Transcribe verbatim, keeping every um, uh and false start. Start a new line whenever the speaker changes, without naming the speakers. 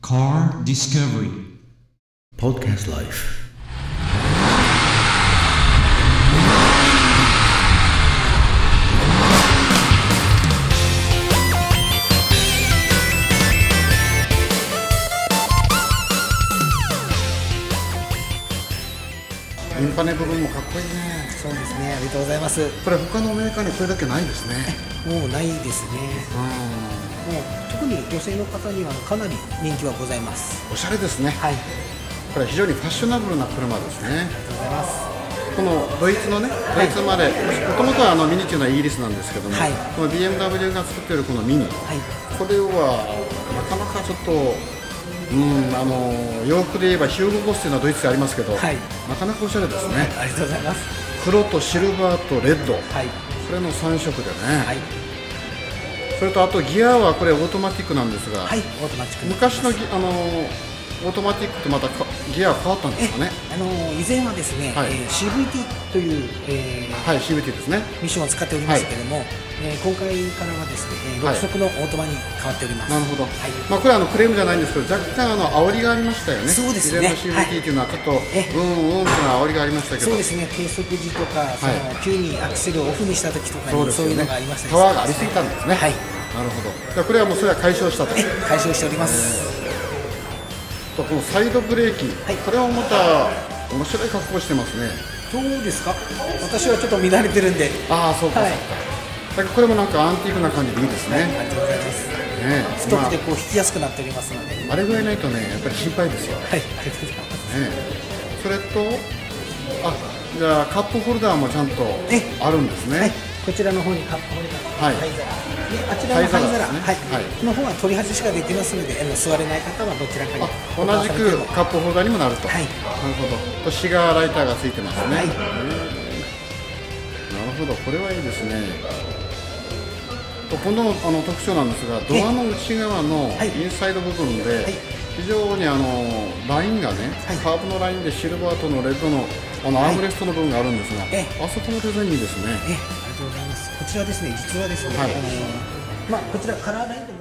Car Discovery
Podcast Life.
インパネ部分もかっこいいね。
そうですね、ありがとうございます。
これ他のメーカーにこれだけないですね。
もうないですね。もう特に女性の方にはかなり人気はございます。
おしゃれですね。
はい。
これは非常にファッショナブルな車ですね。
ありがとうございます。
このドイツのね、ドイツまで、もともとはあのミニっていうのはイギリスなんですけども、
はい、
この ビーエムダブリュー が作っているこのミニ、はい、これはなかなかちょっと、うん、あの洋服で言えばヒューゴボスというのはドイツでありますけど、はい、なかなかおしゃれですね。
ありがとうございます。
黒とシルバーとレッド、はい、これのさん色でね、はい、それとあとギアはこれオートマティックなんですが、はい、オートマティック昔のあのオートマティックとまたギアは変わったんですかね。
あの以前はですね、はい、えー、シーブイティー という、えー
はい、シーブイティー ですね、
ミッションを使っておりましたけれども、はい、えー、今回からはですね、ろく色のオートマに変わっております。
なるほど。はい、まあこれはあのクレームじゃないんですけど、若干あの煽りがありましたよね。
そうですね。
以前の シーブイティー というのはちょっと、はい、うんうんという煽りがありましたけど。
そうですね。低速時とか、その、はい、急にアクセルをオフにした時とかにそういうのがありましたね。
パワーがありすぎたんですね。はい。なるほど。じゃあこれはもうそれは解消したと。
解消しております。
とこのサイドブレーキ、はい、これはまた面白い格好してますね。
どうですか。私はちょっと見慣れてるんで。
ああ、そうか、はい、そうか。これもなんかアンティークな感じでいいですね。はい、
ありがとうございます。ね、太くてこう引きやすくなっておりますので。
あれぐらいないとね、やっぱり心配ですよ。
はい、ありがとうございます。
ね、それと、あ、じゃあカップホルダーもちゃんとあるんですね。はい、
こちらの方にカップホルダー、はい、あちらの灰皿、ね、はい、の方は取り外しができますので、座れない方はどちらかに
同じくカップホルダーにもなると。はい、なるほど。とシガーライターがついてますね。はい、なるほど、これはいいですね。と今度のあの特徴なんですが、ドアの内側のインサイド部分で、非常にあのラインがね、カーブのラインでシルバーとのレッドのあのアームレストの部分があるんですが、あそこのデザインいいですね。
ありがとうございます。こちらですね、実はですね、はい、あのまあこちらカラーライン